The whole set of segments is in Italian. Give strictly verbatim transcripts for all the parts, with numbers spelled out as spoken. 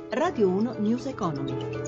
Radio uno News Economy.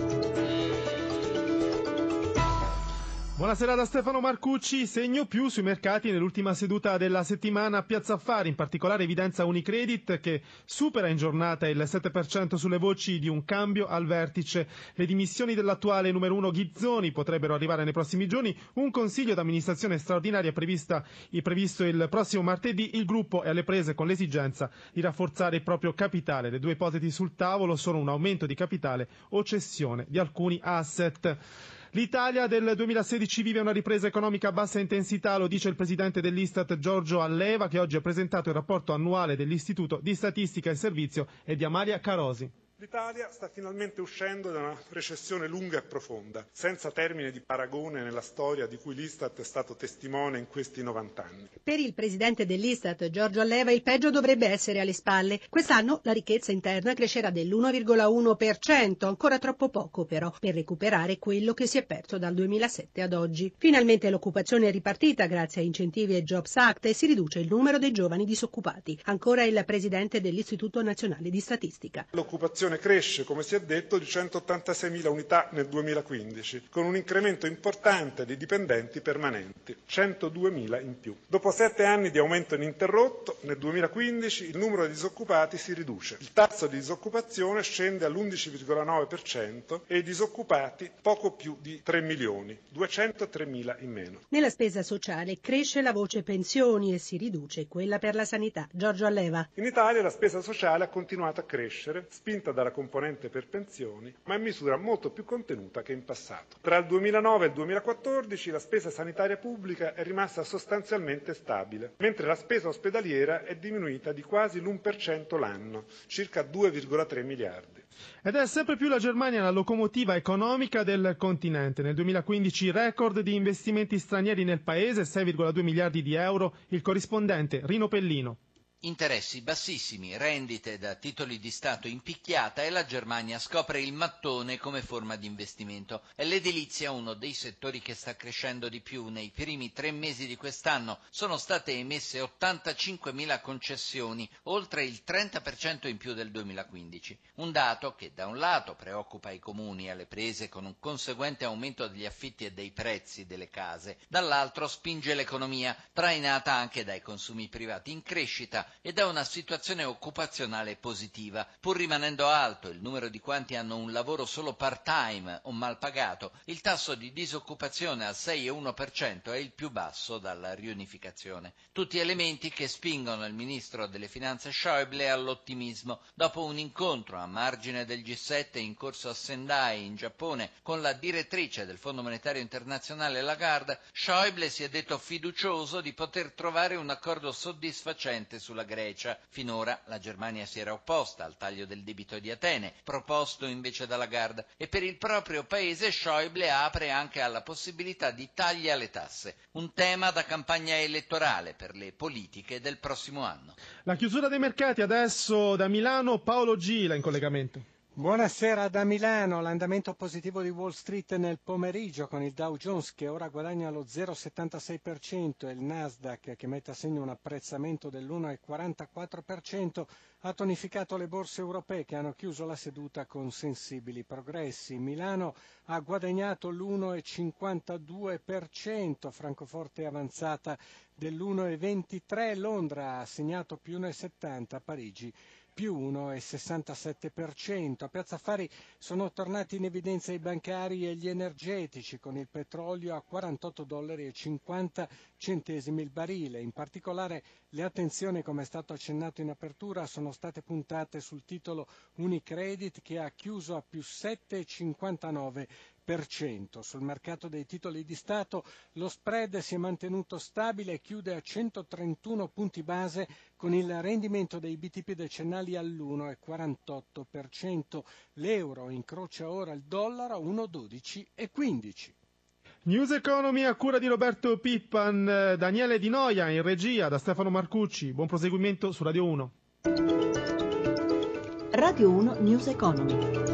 Buonasera da Stefano Marcucci. Segno più sui mercati nell'ultima seduta della settimana a Piazza Affari, in particolare evidenza Unicredit che supera in giornata il sette per cento sulle voci di un cambio al vertice. Le dimissioni dell'attuale numero uno Ghizzoni potrebbero arrivare nei prossimi giorni. Un consiglio d'amministrazione straordinaria prevista, previsto il prossimo martedì. Il gruppo è alle prese con l'esigenza di rafforzare il proprio capitale. Le due ipotesi sul tavolo sono un aumento di capitale o cessione di alcuni asset. L'Italia del duemilasedici vive una ripresa economica a bassa intensità, lo dice il presidente dell'Istat Giorgio Alleva, che oggi ha presentato il rapporto annuale dell'Istituto di Statistica e Servizio, e di Amalia Carosi. L'Italia sta finalmente uscendo da una recessione lunga e profonda, senza termine di paragone nella storia di cui l'Istat è stato testimone in questi novanta anni. Per il presidente dell'Istat, Giorgio Alleva, il peggio dovrebbe essere alle spalle. Quest'anno la ricchezza interna crescerà dell'uno virgola uno per cento, ancora troppo poco però, per recuperare quello che si è perso dal duemilasette ad oggi. Finalmente l'occupazione è ripartita grazie a incentivi e Jobs Act e si riduce il numero dei giovani disoccupati. Ancora il presidente dell'Istituto Nazionale di Statistica. L'occupazione cresce, come si è detto, di centottantaseimila unità nel duemilaquindici, con un incremento importante di dipendenti permanenti, centoduemila in più. Dopo sette anni di aumento ininterrotto, nel duemilaquindici il numero di disoccupati si riduce. Il tasso di disoccupazione scende all'undici virgola nove per cento e i disoccupati poco più di tre milioni, duecentotremila in meno. Nella spesa sociale cresce la voce pensioni e si riduce quella per la sanità. Giorgio Alleva. In Italia la spesa sociale ha continuato a crescere, spinta dalla componente per pensioni, ma in misura molto più contenuta che in passato. Tra il duemilanove e il duemilaquattordici la spesa sanitaria pubblica è rimasta sostanzialmente stabile, mentre la spesa ospedaliera è diminuita di quasi l'uno per cento l'anno, circa due virgola tre miliardi. Ed è sempre più la Germania la locomotiva economica del continente. Nel duemilaquindici record di investimenti stranieri nel paese, sei virgola due miliardi di euro, il corrispondente Rino Pellino. Interessi bassissimi, rendite da titoli di Stato in picchiata e la Germania scopre il mattone come forma di investimento. È l'edilizia uno dei settori che sta crescendo di più. Nei primi tre mesi di quest'anno sono state emesse ottantacinquemila concessioni, oltre il trenta per cento in più del duemilaquindici. Un dato che da un lato preoccupa i comuni alle prese con un conseguente aumento degli affitti e dei prezzi delle case, dall'altro spinge l'economia, trainata anche dai consumi privati in crescita e da una situazione occupazionale positiva. Pur rimanendo alto il numero di quanti hanno un lavoro solo part-time o mal pagato, il tasso di disoccupazione al sei virgola uno per cento è il più basso dalla riunificazione. Tutti elementi che spingono il ministro delle finanze Schäuble all'ottimismo. Dopo un incontro a margine del G sette in corso a Sendai in Giappone con la direttrice del Fondo Monetario Internazionale Lagarde, Schäuble si è detto fiducioso di poter trovare un accordo soddisfacente sulla Grecia. Finora la Germania si era opposta al taglio del debito di Atene, proposto invece da Lagarde, e per il proprio paese Schäuble apre anche alla possibilità di tagli alle tasse, un tema da campagna elettorale per le politiche del prossimo anno. La chiusura dei mercati adesso da Milano, Paolo Gila in collegamento. Buonasera da Milano, l'andamento positivo di Wall Street nel pomeriggio con il Dow Jones che ora guadagna lo zero virgola settantasei per cento e il Nasdaq che mette a segno un apprezzamento dell'uno virgola quarantaquattro per cento ha tonificato le borse europee che hanno chiuso la seduta con sensibili progressi. Milano ha guadagnato l'uno virgola cinquantadue per cento, Francoforte è avanzata dell'uno virgola ventitré per cento, Londra ha segnato più uno virgola settanta per cento, Parigi più uno virgola sessantasette per cento. A Piazza Affari sono tornati in evidenza i bancari e gli energetici con il petrolio a quarantotto dollari e cinquanta centesimi il barile. In particolare le attenzioni, come è stato accennato in apertura, sono state puntate sul titolo Unicredit che ha chiuso a più sette virgola cinquantanove per cento. Sul mercato dei titoli di Stato lo spread si è mantenuto stabile e chiude a centotrentuno punti base con il rendimento dei B T P decennali all'uno virgola quarantotto per cento. L'euro incrocia ora il dollaro a uno virgola dodici e quindici. News Economy a cura di Roberto Pippan, Daniele Di Noia in regia da Stefano Marcucci. Buon proseguimento su Radio uno. Radio uno News Economy.